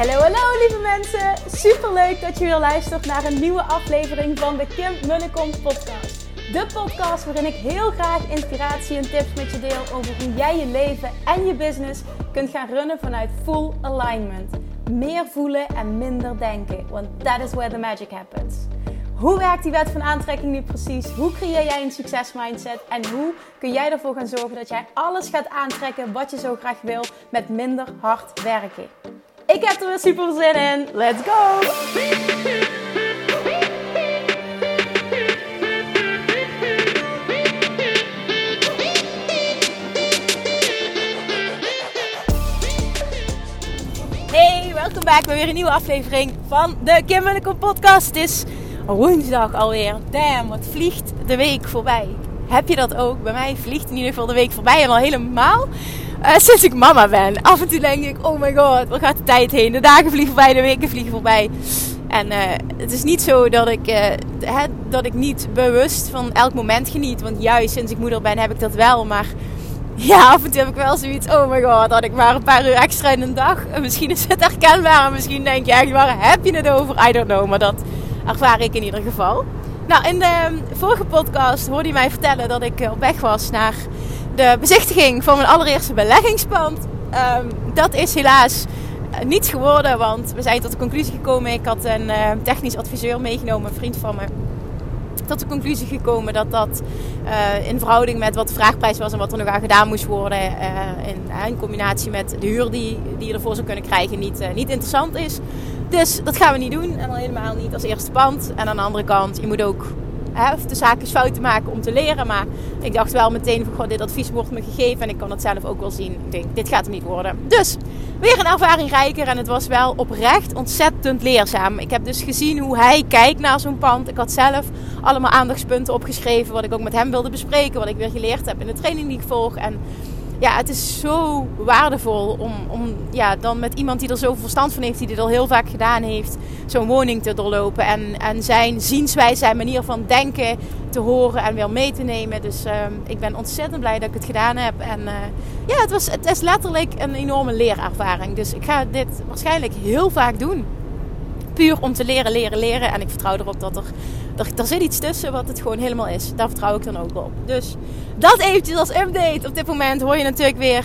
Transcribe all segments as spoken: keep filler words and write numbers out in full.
Hallo, hallo lieve mensen. Superleuk dat je weer luistert naar een nieuwe aflevering van de Kim Munnekom podcast. De podcast waarin ik heel graag inspiratie en tips met je deel over hoe jij je leven en je business kunt gaan runnen vanuit full alignment. Meer voelen en minder denken, want that is where the magic happens. Hoe werkt die wet van aantrekking nu precies? Hoe creëer jij een succesmindset? En hoe kun jij ervoor gaan zorgen dat jij alles gaat aantrekken wat je zo graag wil met minder hard werken? Ik heb er weer super zin in. Let's go! Hey, welkom back bij weer een nieuwe aflevering van de Kim Munnekom podcast. Het is woensdag alweer. Damn, wat vliegt de week voorbij. Heb je dat ook? Bij mij vliegt in ieder geval de week voorbij en al helemaal uh, sinds ik mama ben. Af en toe denk ik, oh my god, waar gaat de tijd heen? De dagen vliegen voorbij, de weken vliegen voorbij. En uh, het is niet zo dat ik, uh, he, dat ik niet bewust van elk moment geniet. Want juist sinds ik moeder ben heb ik dat wel. Maar ja, af en toe heb ik wel zoiets, oh my god, had ik maar een paar uur extra in een dag. En misschien is het herkenbaar en misschien denk je echt, waar heb je het over? I don't know, maar dat ervaar ik in ieder geval. Nou, in de vorige podcast hoorde je mij vertellen dat ik op weg was naar de bezichtiging van mijn allereerste beleggingspand. Um, dat is helaas niets geworden, want we zijn tot de conclusie gekomen. Ik had een uh, technisch adviseur meegenomen, een vriend van me. Tot de conclusie gekomen dat dat uh, in verhouding met wat de vraagprijs was en wat er nog aan gedaan moest worden, uh, in, uh, in combinatie met de huur die, die je ervoor zou kunnen krijgen, niet, uh, niet interessant is. Dus dat gaan we niet doen. En al helemaal niet als eerste pand. En aan de andere kant, je moet ook hè, de zaakjes fouten maken om te leren. Maar ik dacht wel meteen van, goh, dit advies wordt me gegeven. En ik kan het zelf ook wel zien. Ik denk, dit gaat er niet worden. Dus, weer een ervaring rijker. En het was wel oprecht ontzettend leerzaam. Ik heb dus gezien hoe hij kijkt naar zo'n pand. Ik had zelf allemaal aandachtspunten opgeschreven. Wat ik ook met hem wilde bespreken. Wat ik weer geleerd heb in de training die ik volg. En ja, het is zo waardevol om, om ja, dan met iemand die er zoveel verstand van heeft, die dit al heel vaak gedaan heeft, zo'n woning te doorlopen. En, en zijn zienswijze, zijn manier van denken te horen en weer mee te nemen. Dus uh, ik ben ontzettend blij dat ik het gedaan heb. En uh, ja, het, was, het is letterlijk een enorme leerervaring. Dus ik ga dit waarschijnlijk heel vaak doen. Puur om te leren, leren, leren. En ik vertrouw erop dat er, er... Er zit iets tussen wat het gewoon helemaal is. Daar vertrouw ik dan ook op. Dus dat eventjes als update. Op dit moment hoor je natuurlijk weer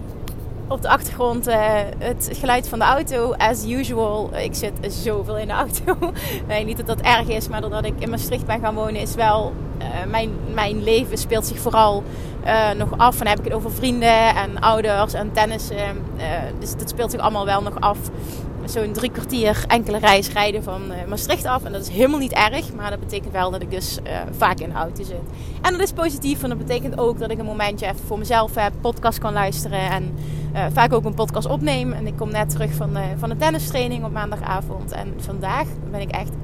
op de achtergrond uh, het geluid van de auto. As usual. Ik zit zoveel in de auto. Nee, niet dat dat erg is. Maar doordat ik in Maastricht ben gaan wonen is wel... Uh, mijn, mijn leven speelt zich vooral uh, nog af. En dan heb ik het over vrienden en ouders en tennissen. Uh, dus dat speelt zich allemaal wel nog af. Zo'n drie kwartier enkele reis rijden van uh, Maastricht af. En dat is helemaal niet erg. Maar dat betekent wel dat ik dus uh, vaak in de auto zit. En dat is positief. Want dat betekent ook dat ik een momentje even voor mezelf heb. Podcast kan luisteren. En uh, vaak ook een podcast opneem. En ik kom net terug van de, van de tennistraining op maandagavond. En vandaag ben ik echt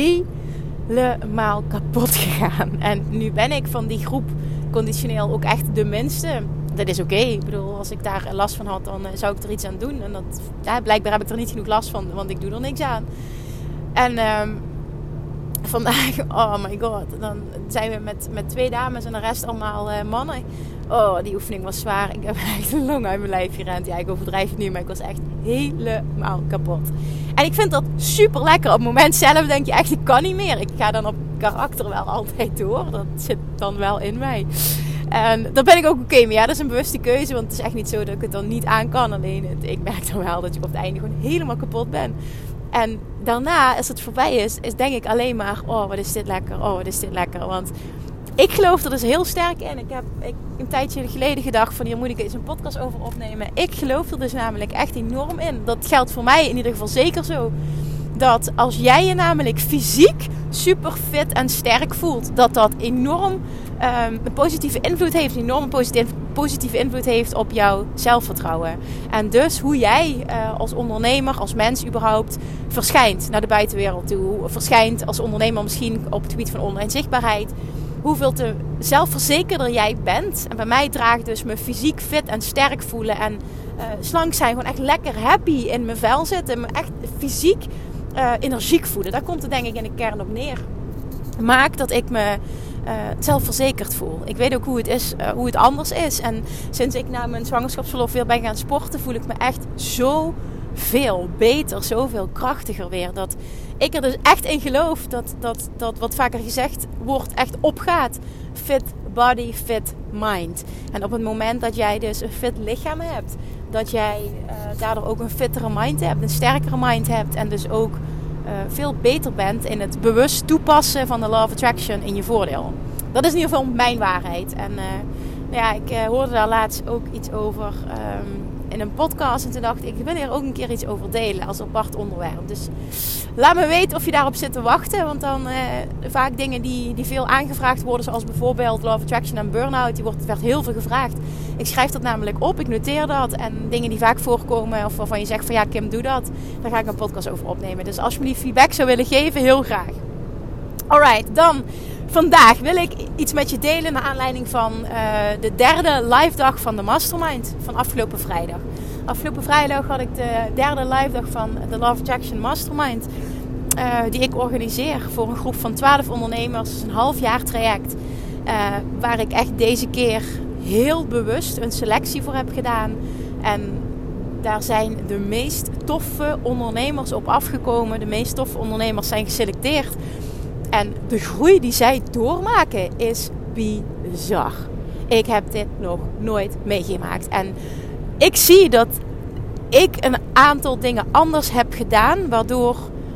helemaal kapot gegaan. En nu ben ik van die groep conditioneel ook echt de minste. Dat is oké. Okay. Ik bedoel, als ik daar last van had, dan uh, zou ik er iets aan doen. En dat, ja, blijkbaar heb ik er niet genoeg last van, want ik doe er niks aan. En um, vandaag, oh my god, dan zijn we met, met twee dames en de rest allemaal uh, mannen. Oh, die oefening was zwaar. Ik heb echt een long uit mijn lijf gerend. Ja, ik overdrijf het nu, maar ik was echt helemaal kapot. En ik vind dat super lekker. Op het moment zelf denk je echt, ik kan niet meer. Ik ga dan op karakter wel altijd door. Dat zit dan wel in mij. En daar ben ik ook oké okay mee. Ja, dat is een bewuste keuze. Want het is echt niet zo dat ik het dan niet aan kan. Alleen, het, ik merk dan wel dat je op het einde gewoon helemaal kapot bent. En daarna, als het voorbij is, is denk ik alleen maar... Oh, wat is dit lekker. Oh, wat is dit lekker. Want ik geloof er dus heel sterk in. Ik heb ik, een tijdje geleden gedacht van... Hier moet ik eens een podcast over opnemen. Ik geloof er dus namelijk echt enorm in. Dat geldt voor mij in ieder geval zeker zo. Dat als jij je namelijk fysiek super fit en sterk voelt... Dat dat enorm um, een positieve invloed heeft. Een enorm positieve, positieve invloed heeft op jouw zelfvertrouwen. En dus hoe jij uh, als ondernemer, als mens überhaupt... verschijnt naar de buitenwereld toe. Verschijnt als ondernemer misschien op het gebied van online zichtbaarheid... Hoeveel te zelfverzekerder jij bent. En bij mij draagt dus me fysiek fit en sterk voelen. En uh, slank zijn. Gewoon echt lekker happy in mijn vel zitten. Me echt fysiek uh, energiek voelen. Daar komt het denk ik in de kern op neer. Maakt dat ik me uh, zelfverzekerd voel. Ik weet ook hoe het is, uh, hoe het anders is. En sinds ik na mijn zwangerschapsverlof weer ben gaan sporten, voel ik me echt zo zoveel beter, zoveel krachtiger weer. Dat ik er dus echt in geloof dat, dat, dat wat vaker gezegd wordt echt opgaat. Fit body, fit mind. En op het moment dat jij dus een fit lichaam hebt, dat jij uh, daardoor ook een fittere mind hebt, een sterkere mind hebt en dus ook uh, veel beter bent in het bewust toepassen van de Law of Attraction in je voordeel. Dat is in ieder geval mijn waarheid. En uh, ja, ik uh, hoorde daar laatst ook iets over um, in een podcast. En toen dacht ik, ik wil hier ook een keer iets over delen als apart onderwerp. Dus laat me weten of je daarop zit te wachten. Want dan uh, vaak dingen die, die veel aangevraagd worden. Zoals bijvoorbeeld Law of Attraction en Burnout. Die wordt, werd heel veel gevraagd. Ik schrijf dat namelijk op. Ik noteer dat. En dingen die vaak voorkomen. Of waarvan je zegt van ja Kim doe dat. Daar ga ik een podcast over opnemen. Dus als je me die feedback zou willen geven, heel graag. Alright, dan vandaag wil ik iets met je delen naar aanleiding van uh, de derde live dag van de Mastermind van afgelopen vrijdag. Afgelopen vrijdag had ik de derde live dag van de Law of Attraction Mastermind. Uh, die ik organiseer voor een groep van twaalf ondernemers. Dus een half jaar traject. Uh, waar ik echt deze keer heel bewust een selectie voor heb gedaan. En daar zijn de meest toffe ondernemers op afgekomen. De meest toffe ondernemers zijn geselecteerd. En de groei die zij doormaken is bizar. Ik heb dit nog nooit meegemaakt. En ik zie dat ik een aantal dingen anders heb gedaan, waardoor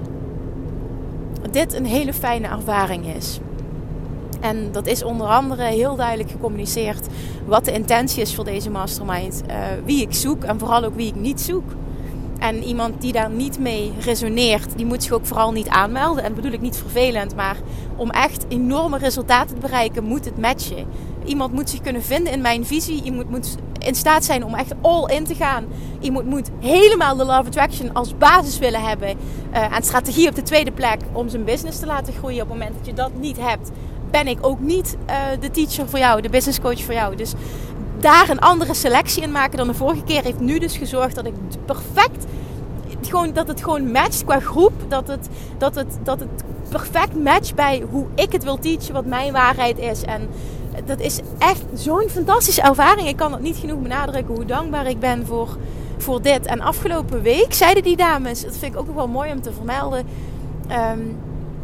dit een hele fijne ervaring is. En dat is onder andere heel duidelijk gecommuniceerd wat de intentie is voor deze mastermind. Uh, wie ik zoek en vooral ook wie ik niet zoek. En iemand die daar niet mee resoneert, die moet zich ook vooral niet aanmelden. En dat bedoel ik niet vervelend, maar om echt enorme resultaten te bereiken, moet het matchen. Iemand moet zich kunnen vinden in mijn visie. Iemand moet in staat zijn om echt all in te gaan. Iemand moet helemaal de Law of Attraction als basis willen hebben. Uh, en strategie op de tweede plek om zijn business te laten groeien. Op het moment dat je dat niet hebt, ben ik ook niet uh, de teacher voor jou, de business coach voor jou. Dus daar een andere selectie in maken dan de vorige keer heeft nu dus gezorgd dat ik perfect, gewoon, dat het gewoon matcht qua groep. Dat het, dat het, dat het perfect matcht bij hoe ik het wil teachen, wat mijn waarheid is. En dat is echt zo'n fantastische ervaring. Ik kan het niet genoeg benadrukken hoe dankbaar ik ben voor, voor dit. En afgelopen week zeiden die dames, dat vind ik ook nog wel mooi om te vermelden. Um,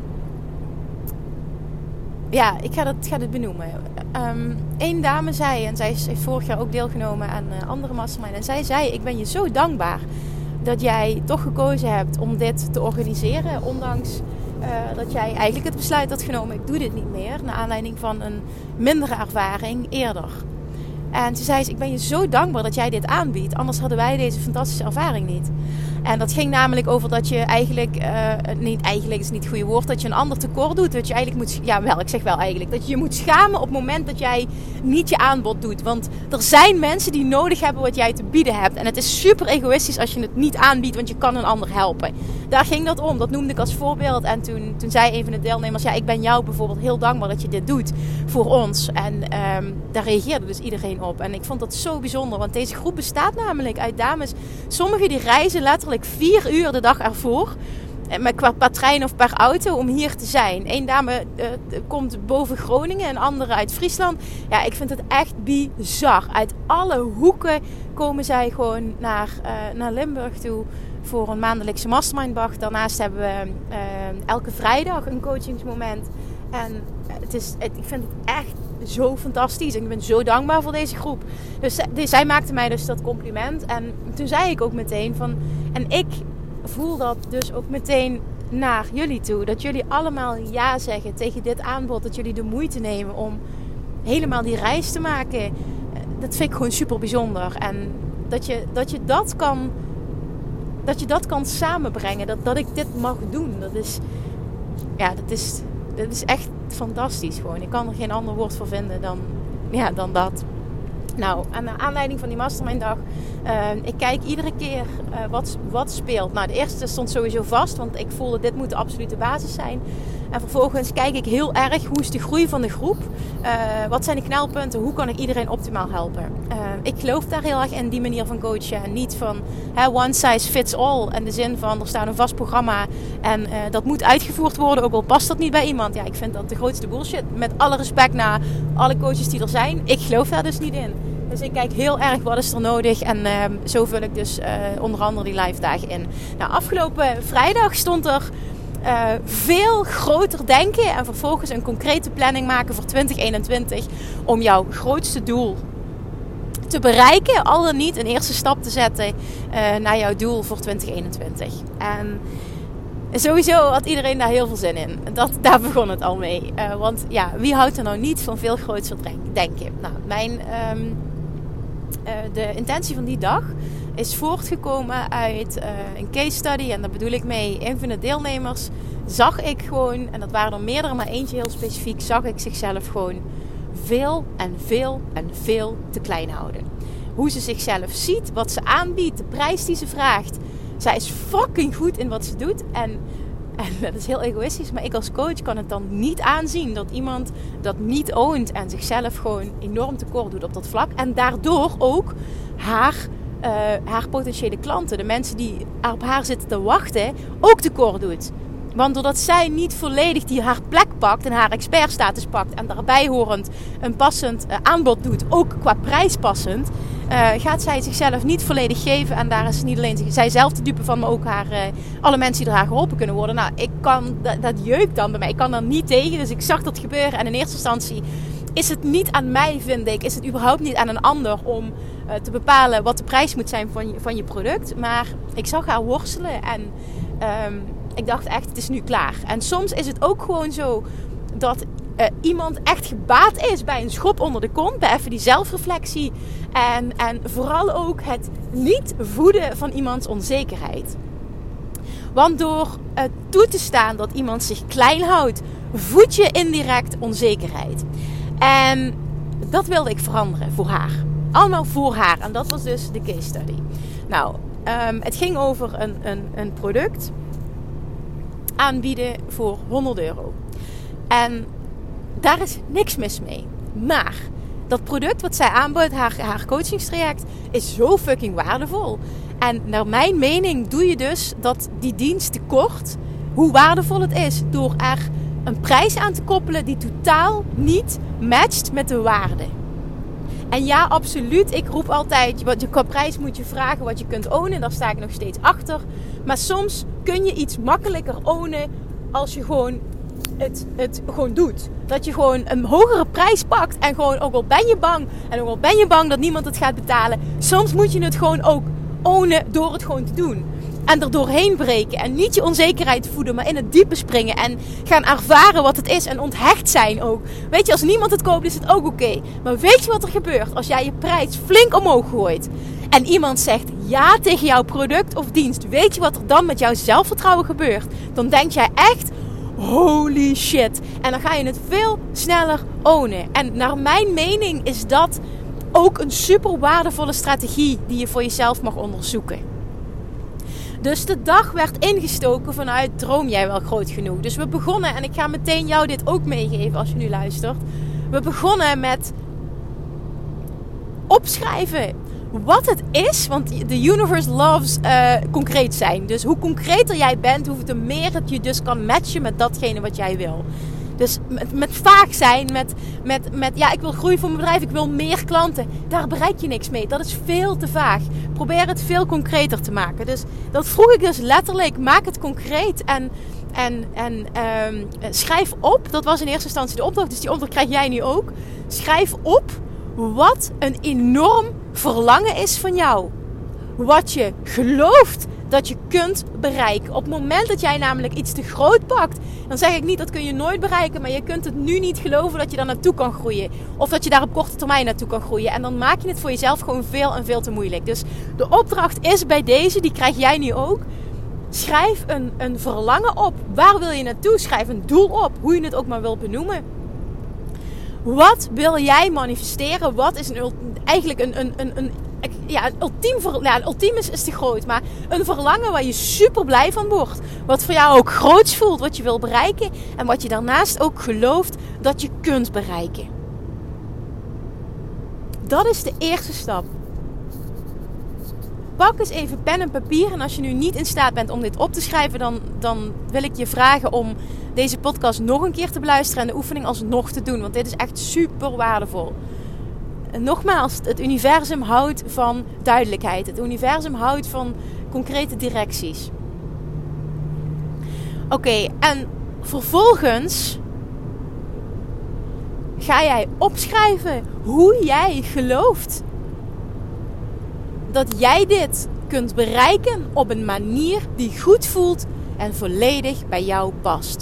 Ja, ik ga het, ga het benoemen. Um, Eén dame zei, en zij heeft vorig jaar ook deelgenomen aan uh, andere mastermind. En zij zei, ik ben je zo dankbaar dat jij toch gekozen hebt om dit te organiseren. Ondanks uh, dat jij eigenlijk het besluit had genomen, ik doe dit niet meer. Naar aanleiding van een mindere ervaring eerder. En toen zei ze, ik ben je zo dankbaar dat jij dit aanbiedt. Anders hadden wij deze fantastische ervaring niet. En dat ging namelijk over dat je eigenlijk, uh, niet eigenlijk is niet het goede woord, dat je een ander tekort doet. Dat je eigenlijk moet, ja wel, ik zeg wel eigenlijk, dat je je moet schamen op het moment dat jij niet je aanbod doet. Want er zijn mensen die nodig hebben wat jij te bieden hebt. En het is super egoïstisch als je het niet aanbiedt, want je kan een ander helpen. Daar ging dat om, dat noemde ik als voorbeeld. En toen, toen zei een van de deelnemers, ja, ik ben jou bijvoorbeeld heel dankbaar dat je dit doet voor ons. En um, daar reageerde dus iedereen op. En ik vond dat zo bijzonder, want deze groep bestaat namelijk uit dames. Sommigen die reizen letterlijk vier uur de dag ervoor. Met qua per trein of per auto om hier te zijn. Eén dame uh, komt boven Groningen, een andere uit Friesland. Ja, ik vind het echt bizar. Uit alle hoeken komen zij gewoon naar, uh, naar Limburg toe voor een maandelijkse masterminddag. Daarnaast hebben we uh, elke vrijdag een coachingsmoment. En het is, het, ik vind het echt zo fantastisch. En ik ben zo dankbaar voor deze groep. Dus, dus zij maakte mij dus dat compliment. En toen zei ik ook meteen van... En ik voel dat dus ook meteen naar jullie toe. Dat jullie allemaal ja zeggen tegen dit aanbod. Dat jullie de moeite nemen om helemaal die reis te maken. Dat vind ik gewoon super bijzonder. En dat je dat, je dat kan... Dat je dat kan samenbrengen. Dat, dat ik dit mag doen. Dat is... Ja, dat is... Dat is echt fantastisch gewoon. Ik kan er geen ander woord voor vinden dan, ja, dan dat. Nou, aan de aanleiding van die masterminddag. Uh, ik kijk iedere keer uh, wat, wat speelt. Nou, de eerste stond sowieso vast. Want ik voelde dit moet de absolute basis zijn. En vervolgens kijk ik heel erg hoe is de groei van de groep. Uh, wat zijn de knelpunten? Hoe kan ik iedereen optimaal helpen? Uh, ik geloof daar heel erg in die manier van coachen. En niet van hè, one size fits all. In de zin van er staat een vast programma. En uh, dat moet uitgevoerd worden. Ook al past dat niet bij iemand. Ja, ik vind dat de grootste bullshit. Met alle respect naar alle coaches die er zijn. Ik geloof daar dus niet in. Dus ik kijk heel erg wat is er nodig. En uh, zo vul ik dus uh, onder andere die live dagen in. Nou, afgelopen vrijdag stond er uh, veel groter denken. En vervolgens een concrete planning maken voor twintig eenentwintig. Om jouw grootste doel te bereiken. Al dan niet een eerste stap te zetten uh, naar jouw doel voor twintig eenentwintig. En sowieso had iedereen daar heel veel zin in. Dat, daar begon het al mee. Uh, want ja, wie houdt er nou niet van veel groter denken? Nou, mijn, um, uh, de intentie van die dag is voortgekomen uit uh, een case study. En daar bedoel ik mee, een van de deelnemers zag ik gewoon, en dat waren er meerdere, maar eentje heel specifiek, zag ik zichzelf gewoon veel en veel en veel te klein houden. Hoe ze zichzelf ziet, wat ze aanbiedt, de prijs die ze vraagt. Zij is fucking goed in wat ze doet. En, en dat is heel egoïstisch. Maar ik als coach kan het dan niet aanzien dat iemand dat niet ownt. En zichzelf gewoon enorm tekort doet op dat vlak. En daardoor ook haar, uh, haar potentiële klanten, de mensen die op haar zitten te wachten, ook tekort doet. Want doordat zij niet volledig die haar plek pakt en haar expertstatus pakt. En daarbij horend een passend uh, aanbod doet. Ook qua prijs passend. Uh, gaat zij zichzelf niet volledig geven. En daar is niet alleen zijzelf te dupe van. Maar ook haar, uh, alle mensen die door haar geholpen kunnen worden. Nou, ik kan, dat, dat jeukt dan bij mij. Ik kan daar niet tegen. Dus ik zag dat gebeuren. En in eerste instantie is het niet aan mij, vind ik. Is het überhaupt niet aan een ander om uh, te bepalen wat de prijs moet zijn van je, van je product. Maar ik zag haar worstelen. En um, ik dacht echt, het is nu klaar. En soms is het ook gewoon zo dat uh, iemand echt gebaat is bij een schop onder de kont. Bij even die zelfreflectie. En, en vooral ook het niet voeden van iemands onzekerheid. Want door uh, toe te staan dat iemand zich klein houdt, voed je indirect onzekerheid. En dat wilde ik veranderen voor haar. Allemaal voor haar. En dat was dus de case study. Nou, um, het ging over een, een, een product aanbieden voor honderd euro. En daar is niks mis mee. Maar dat product wat zij aanbiedt, haar, haar coachingstraject, is zo fucking waardevol. En naar mijn mening doe je dus dat die dienst tekort, hoe waardevol het is, door er een prijs aan te koppelen die totaal niet matcht met de waarde. En ja, absoluut. Ik roep altijd, wat je qua prijs moet je vragen wat je kunt ownen. Daar sta ik nog steeds achter. Maar soms kun je iets makkelijker ownen als je gewoon het, het gewoon doet. Dat je gewoon een hogere prijs pakt. En gewoon, ook al ben je bang. En ook al ben je bang dat niemand het gaat betalen. Soms moet je het gewoon ook ownen door het gewoon te doen. En er doorheen breken. En niet je onzekerheid voeden. Maar in het diepe springen. En gaan ervaren wat het is. En onthecht zijn ook. Weet je, als niemand het koopt is het ook oké. Okay. Maar weet je wat er gebeurt? Als jij je prijs flink omhoog gooit. En iemand zegt ja tegen jouw product of dienst. Weet je wat er dan met jouw zelfvertrouwen gebeurt? Dan denk jij echt, holy shit. En dan ga je het veel sneller ownen. En naar mijn mening is dat ook een super waardevolle strategie die je voor jezelf mag onderzoeken. Dus de dag werd ingestoken vanuit droom jij wel groot genoeg. Dus we begonnen, en ik ga meteen jou dit ook meegeven als je nu luistert. We begonnen met opschrijven wat het is. Want de universe loves uh, concreet zijn. Dus hoe concreter jij bent, hoe te meer het je dus kan matchen met datgene wat jij wil. Dus met, met vaag zijn, met, met, met ja, ik wil groeien voor mijn bedrijf, ik wil meer klanten. Daar bereik je niks mee. Dat is veel te vaag. Probeer het veel concreter te maken. Dus dat vroeg ik dus letterlijk. Maak het concreet en, en, en um, schrijf op. Dat was in eerste instantie de opdracht, dus die opdracht krijg jij nu ook. Schrijf op wat een enorm verlangen is van jou. Wat je gelooft dat je kunt bereiken. Op het moment dat jij namelijk iets te groot pakt, dan zeg ik niet dat kun je nooit bereiken, maar je kunt het nu niet geloven dat je daar naartoe kan groeien. Of dat je daar op korte termijn naartoe kan groeien. En dan maak je het voor jezelf gewoon veel en veel te moeilijk. Dus de opdracht is bij deze, die krijg jij nu ook. Schrijf een, een verlangen op. Waar wil je naartoe? Schrijf een doel op. Hoe je het ook maar wilt benoemen. Wat wil jij manifesteren? Wat is een, eigenlijk een, een, een, een Ja, een ultiem, ver, ja, een ultiem is, is te groot, maar een verlangen waar je super blij van wordt. Wat voor jou ook groots voelt, wat je wil bereiken. En wat je daarnaast ook gelooft dat je kunt bereiken. Dat is de eerste stap. Pak eens even pen en papier. En als je nu niet in staat bent om dit op te schrijven, dan, dan wil ik je vragen om deze podcast nog een keer te beluisteren en de oefening alsnog te doen. Want dit is echt super waardevol. nogmaals, het universum houdt van duidelijkheid. Het universum houdt van concrete directies. Oké, okay, en vervolgens ga jij opschrijven hoe jij gelooft dat jij dit kunt bereiken op een manier die goed voelt en volledig bij jou past.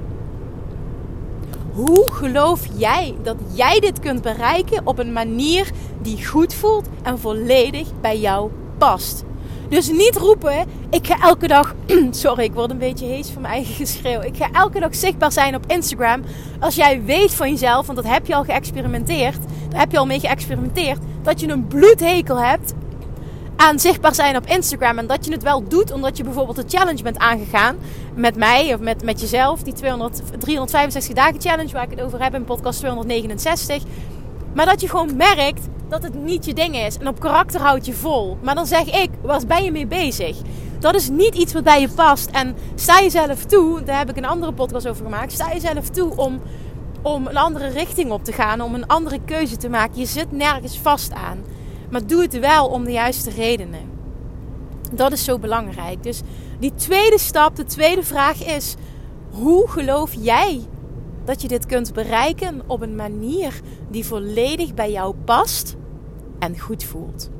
Hoe geloof jij dat jij dit kunt bereiken op een manier die goed voelt en volledig bij jou past? Dus niet roepen, ik ga elke dag, sorry, ik word een beetje hees van mijn eigen geschreeuw. Ik ga elke dag zichtbaar zijn op Instagram. Als jij weet van jezelf, want dat heb je al geëxperimenteerd. Daar heb je al mee geëxperimenteerd. Dat je een bloedhekel hebt aan zichtbaar zijn op Instagram. En dat je het wel doet omdat je bijvoorbeeld de challenge bent aangegaan. Met mij of met, met jezelf. Die tweehonderd, driehonderdvijfenzestig dagen challenge waar ik het over heb in podcast tweehonderdnegenenzestig. Maar dat je gewoon merkt dat het niet je ding is. En op karakter houd je vol. Maar dan zeg ik, waar ben je mee bezig? Dat is niet iets wat bij je past. En sta jezelf toe, daar heb ik een andere podcast over gemaakt. Sta jezelf toe om, om een andere richting op te gaan. Om een andere keuze te maken. Je zit nergens vast aan. Maar doe het wel om de juiste redenen. Dat is zo belangrijk. Dus die tweede stap, de tweede vraag is: hoe geloof jij dat je dit kunt bereiken op een manier die volledig bij jou past en goed voelt?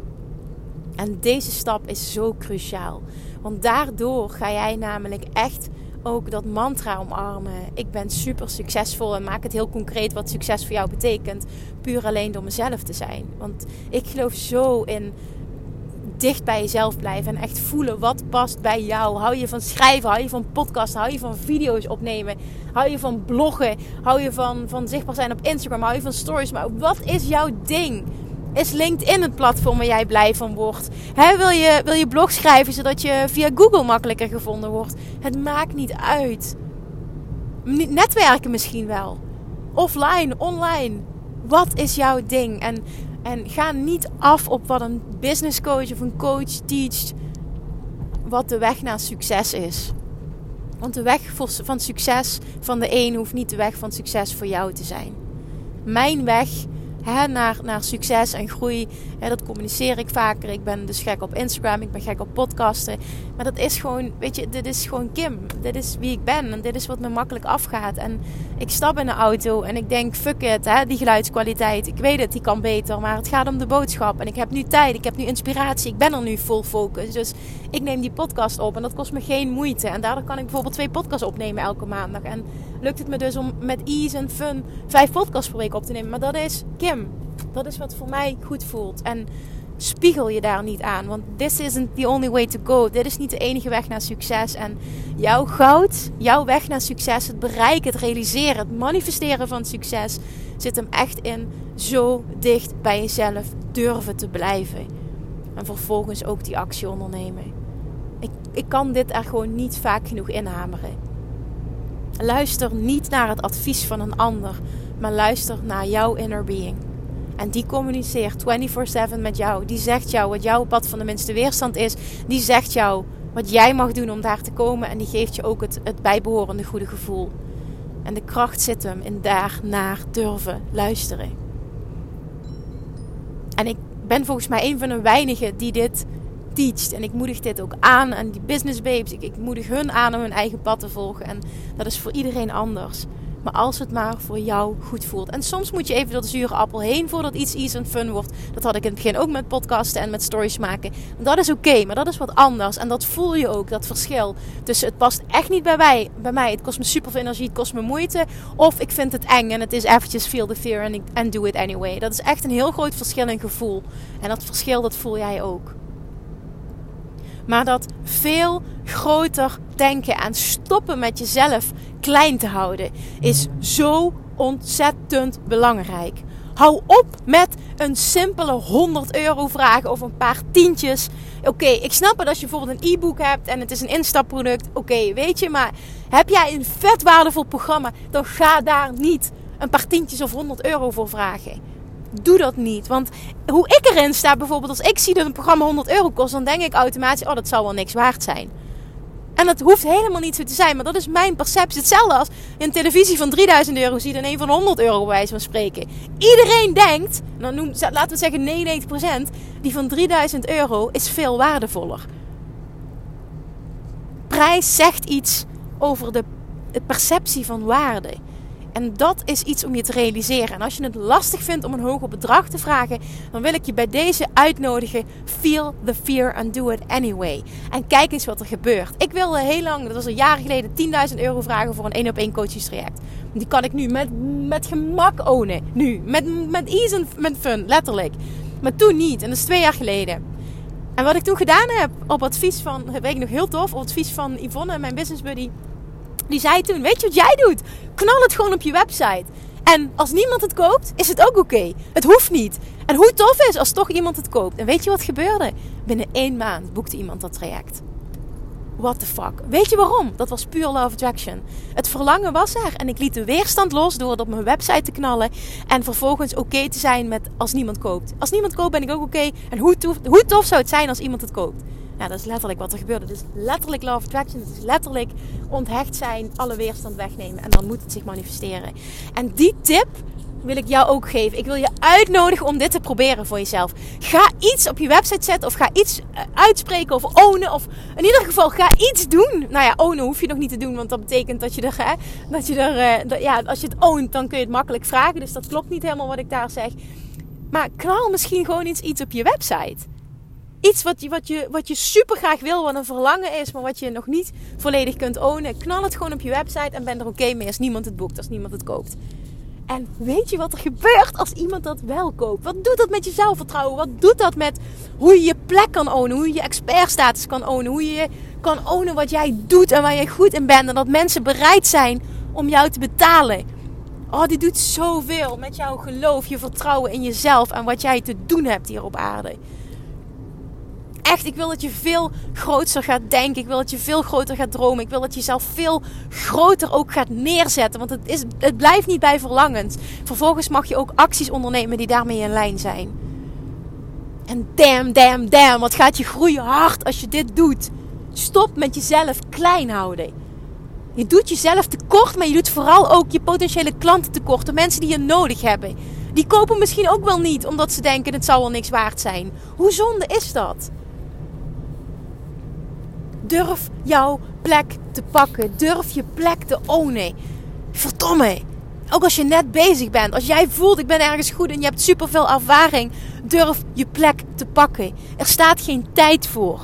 En deze stap is zo cruciaal. Want daardoor ga jij namelijk echt ook dat mantra omarmen. Ik ben super succesvol en maak het heel concreet wat succes voor jou betekent. Puur alleen door mezelf te zijn. Want ik geloof zo in dicht bij jezelf blijven en echt voelen wat past bij jou. Hou je van schrijven, hou je van podcasten, hou je van video's opnemen, hou je van bloggen, hou je van, van zichtbaar zijn op Instagram, hou je van stories. Maar wat is jouw ding? Is LinkedIn het platform waar jij blij van wordt? He, wil je, wil je blog schrijven zodat je via Google makkelijker gevonden wordt? Het maakt niet uit. Netwerken misschien wel. Offline, online. Wat is jouw ding? En, en ga niet af op wat een business coach of een coach teacht. Wat de weg naar succes is. Want de weg van succes van de een hoeft niet de weg van succes voor jou te zijn. Mijn weg He, naar, naar succes en groei. He, dat communiceer ik vaker. Ik ben dus gek op Instagram. Ik ben gek op podcasten. Maar dat is gewoon, weet je, dit is gewoon Kim. Dit is wie ik ben. En dit is wat me makkelijk afgaat. En ik stap in de auto en ik denk, fuck it, he, die geluidskwaliteit. Ik weet het, die kan beter. Maar het gaat om de boodschap. En ik heb nu tijd. Ik heb nu inspiratie. Ik ben er nu full focus. Dus ik neem die podcast op. En dat kost me geen moeite. En daardoor kan ik bijvoorbeeld twee podcasts opnemen elke maandag. En lukt het me dus om met ease en fun vijf podcasts per week op te nemen. Maar dat is Kim. Dat is wat voor mij goed voelt. En spiegel je daar niet aan. Want this isn't the only way to go. Dit is niet de enige weg naar succes. En jouw goud, jouw weg naar succes, het bereiken, het realiseren, het manifesteren van succes, zit hem echt in zo dicht bij jezelf durven te blijven. En vervolgens ook die actie ondernemen. Ik, ik kan dit er gewoon niet vaak genoeg inhameren. Luister niet naar het advies van een ander, maar luister naar jouw inner being. En die communiceert vierentwintig zeven met jou. Die zegt jou wat jouw pad van de minste weerstand is. Die zegt jou wat jij mag doen om daar te komen. En die geeft je ook het, het bijbehorende goede gevoel. En de kracht zit hem in daar naar durven luisteren. En ik ben volgens mij een van de weinigen die dit teacht. En ik moedig dit ook aan. En die business babes, ik, ik moedig hun aan om hun eigen pad te volgen. En dat is voor iedereen anders. Maar als het maar voor jou goed voelt. En soms moet je even door de zure appel heen voordat iets easy en fun wordt. Dat had ik in het begin ook met podcasten en met stories maken. Dat is oké, okay, maar dat is wat anders. En dat voel je ook, dat verschil. Dus het past echt niet bij mij. Bij mij. Het kost me super veel energie, het kost me moeite. Of ik vind het eng en het is eventjes feel the fear and, and do it anyway. Dat is echt een heel groot verschil in gevoel. En dat verschil, dat voel jij ook. Maar dat veel groter denken en stoppen met jezelf klein te houden is zo ontzettend belangrijk. Hou op met een simpele honderd euro vragen of een paar tientjes. Oké, okay, ik snap het als je bijvoorbeeld een e-book hebt en het is een instapproduct. Oké, okay, weet je, maar heb jij een vet waardevol programma, dan ga daar niet een paar tientjes of honderd euro voor vragen. Doe dat niet. Want hoe ik erin sta bijvoorbeeld, als ik zie dat een programma honderd euro kost, dan denk ik automatisch, oh, dat zou wel niks waard zijn. En dat hoeft helemaal niet zo te zijn. Maar dat is mijn perceptie. Hetzelfde als je een televisie van drieduizend euro ziet en een van honderd euro bij wijze van spreken. Iedereen denkt, nou noem, laten we zeggen negenennegentig procent, die van drieduizend euro is veel waardevoller. Prijs zegt iets over de, de perceptie van waarde. En dat is iets om je te realiseren. En als je het lastig vindt om een hoger bedrag te vragen, dan wil ik je bij deze uitnodigen. Feel the fear and do it anyway. En kijk eens wat er gebeurt. Ik wilde heel lang, dat was een jaar geleden, tienduizend euro vragen voor een één op één coachingstraject. Die kan ik nu met, met gemak ownen. Nu. Met, met ease en met fun, letterlijk. Maar toen niet. En dat is twee jaar geleden. En wat ik toen gedaan heb, op advies van, dat weet ik nog heel tof, op advies van Yvonne, mijn business buddy. Die zei toen, weet je wat jij doet? Knal het gewoon op je website. En als niemand het koopt, is het ook oké. Okay. Het hoeft niet. En hoe tof is als toch iemand het koopt. En weet je wat gebeurde? Binnen één maand boekte iemand dat traject. What the fuck? Weet je waarom? Dat was puur love attraction. Het verlangen was er. En ik liet de weerstand los door het op mijn website te knallen. En vervolgens oké okay te zijn met als niemand koopt. Als niemand koopt ben ik ook oké. Okay. En hoe tof, hoe tof zou het zijn als iemand het koopt? Ja, dat is letterlijk wat er gebeurde. Het is letterlijk love attraction. Het is letterlijk onthecht zijn, alle weerstand wegnemen. En dan moet het zich manifesteren. En die tip wil ik jou ook geven. Ik wil je uitnodigen om dit te proberen voor jezelf. Ga iets op je website zetten. Of ga iets uitspreken of ownen. Of in ieder geval ga iets doen. Nou ja, ownen hoef je nog niet te doen. Want dat betekent dat je er... Hè, dat je er dat, ja, als je het ownt, dan kun je het makkelijk vragen. Dus dat klopt niet helemaal wat ik daar zeg. Maar knal misschien gewoon iets, iets op je website. Iets wat je, wat, je, wat je super graag wil, wat een verlangen is, maar wat je nog niet volledig kunt ownen. Knal het gewoon op je website en ben er oké okay mee als niemand het boekt, als niemand het koopt. En weet je wat er gebeurt als iemand dat wel koopt? Wat doet dat met je zelfvertrouwen? Wat doet dat met hoe je je plek kan ownen? Hoe je je expertstatus kan ownen? Hoe je kan ownen wat jij doet en waar je goed in bent? En dat mensen bereid zijn om jou te betalen. Oh, dit doet zoveel met jouw geloof, je vertrouwen in jezelf en wat jij te doen hebt hier op aarde. Echt, ik wil dat je veel groter gaat denken. Ik wil dat je veel groter gaat dromen. Ik wil dat je jezelf veel groter ook gaat neerzetten. Want het, is, het blijft niet bij verlangens. Vervolgens mag je ook acties ondernemen die daarmee in lijn zijn. En damn, damn, damn. Wat gaat je groeien hard als je dit doet. Stop met jezelf klein houden. Je doet jezelf tekort, maar je doet vooral ook je potentiële klanten tekort. De mensen die je nodig hebben. Die kopen misschien ook wel niet, omdat ze denken het zal wel niks waard zijn. Hoe zonde is dat? Durf jouw plek te pakken. Durf je plek te ownen. Verdomme. Ook als je net bezig bent. Als jij voelt ik ben ergens goed en je hebt superveel ervaring. Durf je plek te pakken. Er staat geen tijd voor.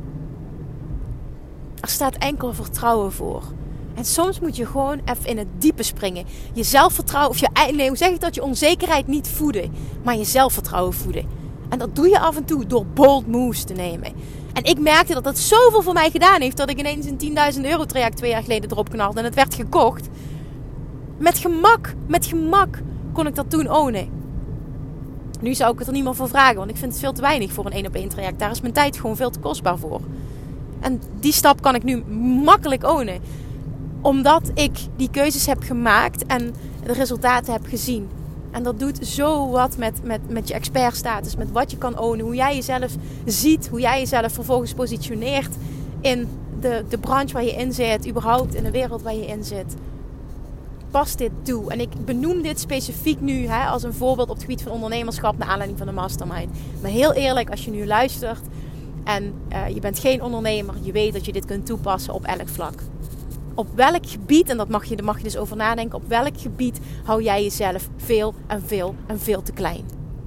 Er staat enkel vertrouwen voor. En soms moet je gewoon even in het diepe springen. Je zelfvertrouwen, of je, nee, hoe zeg ik dat? Je onzekerheid niet voeden. Maar je zelfvertrouwen voeden. En dat doe je af en toe door bold moves te nemen. En ik merkte dat dat zoveel voor mij gedaan heeft. Dat ik ineens een tienduizend euro traject twee jaar geleden erop knalde. En het werd gekocht. Met gemak, met gemak kon ik dat toen ownen. Nu zou ik het er niet meer voor vragen. Want ik vind het veel te weinig voor een één op één traject. Daar is mijn tijd gewoon veel te kostbaar voor. En die stap kan ik nu makkelijk ownen. Omdat ik die keuzes heb gemaakt en de resultaten heb gezien. En dat doet zo wat met, met, met je expertstatus. Met wat je kan ownen. Hoe jij jezelf ziet. Hoe jij jezelf vervolgens positioneert in de, de branche waar je in zit. Überhaupt in de wereld waar je in zit. Pas dit toe. En ik benoem dit specifiek nu hè, als een voorbeeld op het gebied van ondernemerschap. Naar aanleiding van de mastermind. Maar heel eerlijk, als je nu luistert. En uh, je bent geen ondernemer. Je weet dat je dit kunt toepassen op elk vlak. Op welk gebied, en dat mag je, daar mag je dus over nadenken. Op welk gebied hou jij jezelf veel en veel en veel te klein?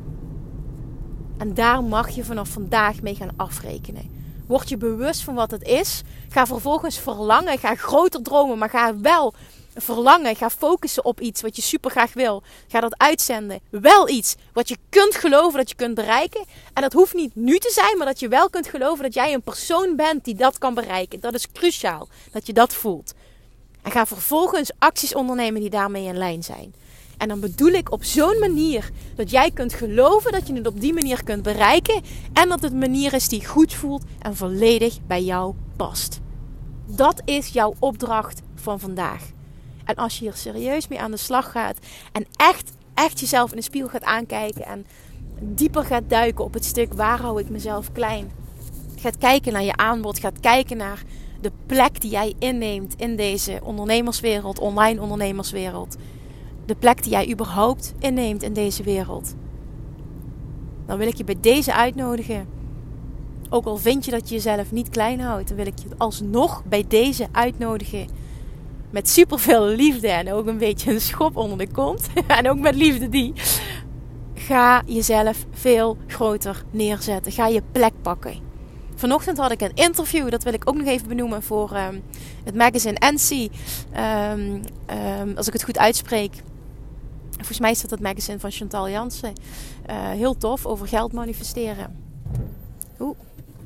En daar mag je vanaf vandaag mee gaan afrekenen. Word je bewust van wat het is. Ga vervolgens verlangen. Ga groter dromen. Maar ga wel verlangen. Ga focussen op iets wat je super graag wil. Ga dat uitzenden. Wel iets wat je kunt geloven dat je kunt bereiken. En dat hoeft niet nu te zijn. Maar dat je wel kunt geloven dat jij een persoon bent die dat kan bereiken. Dat is cruciaal. Dat je dat voelt. En ga vervolgens acties ondernemen die daarmee in lijn zijn. En dan bedoel ik op zo'n manier dat jij kunt geloven dat je het op die manier kunt bereiken. En dat het een manier is die goed voelt en volledig bij jou past. Dat is jouw opdracht van vandaag. En als je hier serieus mee aan de slag gaat en echt, echt jezelf in de spiegel gaat aankijken en dieper gaat duiken op het stuk waar hou ik mezelf klein. Gaat kijken naar je aanbod, gaat kijken naar de plek die jij inneemt in deze ondernemerswereld, online ondernemerswereld, de plek die jij überhaupt inneemt in deze wereld, dan wil ik je bij deze uitnodigen. Ook al vind je dat je jezelf niet klein houdt, dan wil ik je alsnog bij deze uitnodigen. Met superveel liefde en ook een beetje een schop onder de kont. En ook met liefde die. Ga jezelf veel groter neerzetten. Ga je plek pakken. Vanochtend had ik een interview, dat wil ik ook nog even benoemen, voor um, het magazine N C. Um, um, als ik het goed uitspreek. Volgens mij is dat het magazine van Chantal Jansen. Uh, heel tof, over geld manifesteren. Oeh.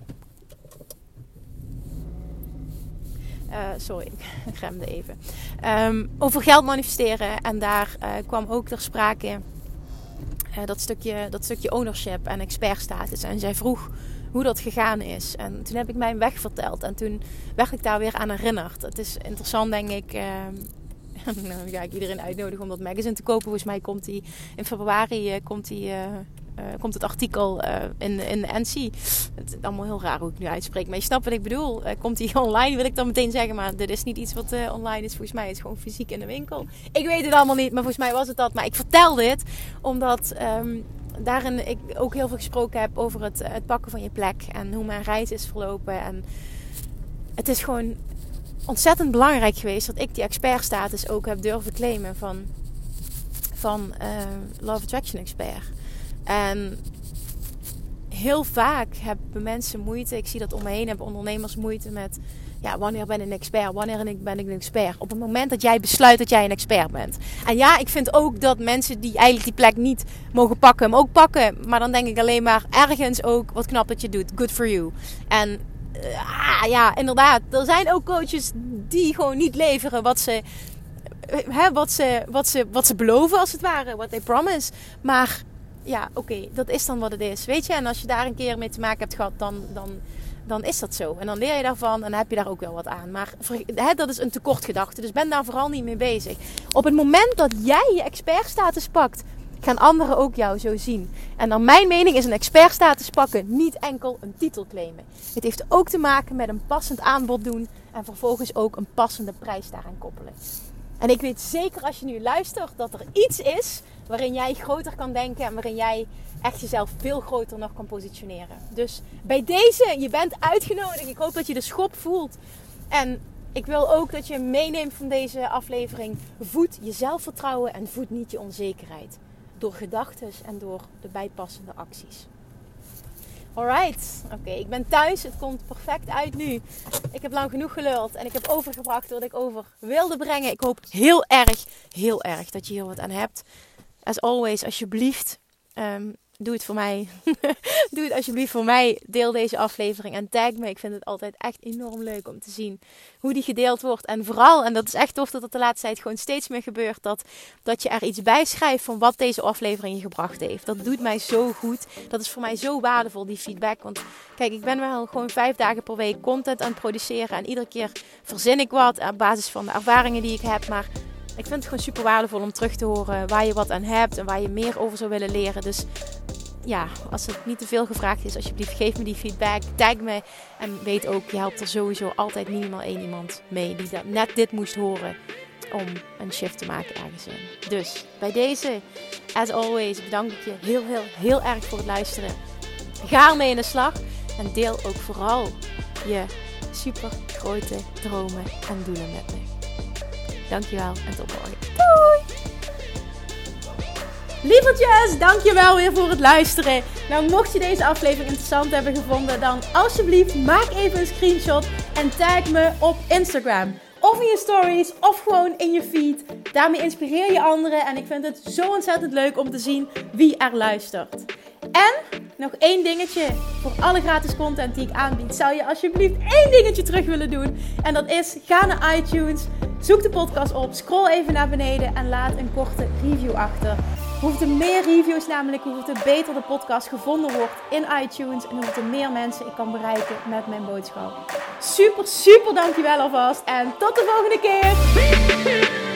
Uh, sorry, ik remde even. Um, over geld manifesteren. En daar uh, kwam ook ter sprake uh, dat, stukje, dat stukje ownership en expertstatus. En zij vroeg hoe dat gegaan is. En toen heb ik mijn weg verteld. En toen werd ik daar weer aan herinnerd. Het is interessant, denk ik. Uh, dan ga ik iedereen uitnodigen om dat magazine te kopen. Volgens mij komt die in februari uh, komt die... Uh, Uh, komt het artikel uh, in, in de N C. Het is allemaal heel raar hoe ik nu uitspreek. Maar je snapt wat ik bedoel. Uh, komt die online, wil ik dan meteen zeggen. Maar dit is niet iets wat uh, online is. Volgens mij is het gewoon fysiek in de winkel. Ik weet het allemaal niet, maar volgens mij was het dat. Maar ik vertel dit omdat um, daarin ik ook heel veel gesproken heb over het, het pakken van je plek. En hoe mijn reis is verlopen. En het is gewoon ontzettend belangrijk geweest dat ik die expertstatus ook heb durven claimen van, van uh, Love Attraction Expert. En heel vaak hebben mensen moeite, ik zie dat om me heen, hebben ondernemers moeite met, ja, wanneer ben ik een expert, wanneer ben ik een expert? Op het moment dat jij besluit dat jij een expert bent. En ja, ik vind ook dat mensen die eigenlijk die plek niet mogen pakken, hem ook pakken. Maar dan denk ik alleen maar ergens ook, wat knap dat je doet, good for you. En uh, ja, inderdaad, er zijn ook coaches die gewoon niet leveren wat ze, hè, wat ze, wat ze, wat ze beloven als het ware, what they promise. Maar ja, oké, okay, dat is dan wat het is, weet je. En als je daar een keer mee te maken hebt gehad, dan, dan, dan is dat zo. En dan leer je daarvan en dan heb je daar ook wel wat aan. Maar hè, dat is een tekortgedachte, dus ben daar vooral niet mee bezig. Op het moment dat jij je expertstatus pakt, gaan anderen ook jou zo zien. En naar mijn mening is een expertstatus pakken niet enkel een titel claimen. Het heeft ook te maken met een passend aanbod doen en vervolgens ook een passende prijs daaraan koppelen. En ik weet zeker als je nu luistert dat er iets is waarin jij groter kan denken en waarin jij echt jezelf veel groter nog kan positioneren. Dus bij deze, je bent uitgenodigd. Ik hoop dat je de schop voelt. En ik wil ook dat je meeneemt van deze aflevering. Voed je zelfvertrouwen en voed niet je onzekerheid. Door gedachten en door de bijpassende acties. Alright, oké, okay, ik ben thuis. Het komt perfect uit nu. Ik heb lang genoeg geluld en ik heb overgebracht wat ik over wilde brengen. Ik hoop heel erg, heel erg dat je hier wat aan hebt. As always, alsjeblieft, um, doe het voor mij. Doe het alsjeblieft voor mij. Deel deze aflevering en tag me. Ik vind het altijd echt enorm leuk om te zien hoe die gedeeld wordt. En vooral, en dat is echt tof dat het de laatste tijd gewoon steeds meer gebeurt, dat, dat je er iets bij schrijft van wat deze aflevering je gebracht heeft. Dat doet mij zo goed. Dat is voor mij zo waardevol, die feedback. Want kijk, ik ben wel gewoon vijf dagen per week content aan het produceren. En iedere keer verzin ik wat op basis van de ervaringen die ik heb. Maar ik vind het gewoon super waardevol om terug te horen waar je wat aan hebt en waar je meer over zou willen leren. Dus ja, als het niet te veel gevraagd is, alsjeblieft geef me die feedback, tag me. En weet ook, je helpt er sowieso altijd minimaal één iemand mee die dat net dit moest horen om een shift te maken ergens in. Dus bij deze, as always, bedank ik je heel, heel, heel erg voor het luisteren. Ga ermee in de slag en deel ook vooral je super grote dromen en doelen met me. Dankjewel en tot morgen. Doei! Lievertjes, dankjewel weer voor het luisteren. Nou, mocht je deze aflevering interessant hebben gevonden, dan alsjeblieft maak even een screenshot en tag me op Instagram. Of in je stories, of gewoon in je feed. Daarmee inspireer je anderen en ik vind het zo ontzettend leuk om te zien wie er luistert. En nog één dingetje voor alle gratis content die ik aanbied. Zou je alsjeblieft één dingetje terug willen doen. En dat is, ga naar iTunes, zoek de podcast op, scroll even naar beneden en laat een korte review achter. Hoeveel er meer reviews namelijk, hoeveel er beter de podcast gevonden wordt in iTunes. En hoeveel er meer mensen ik kan bereiken met mijn boodschap. Super, super dankjewel alvast. En tot de volgende keer.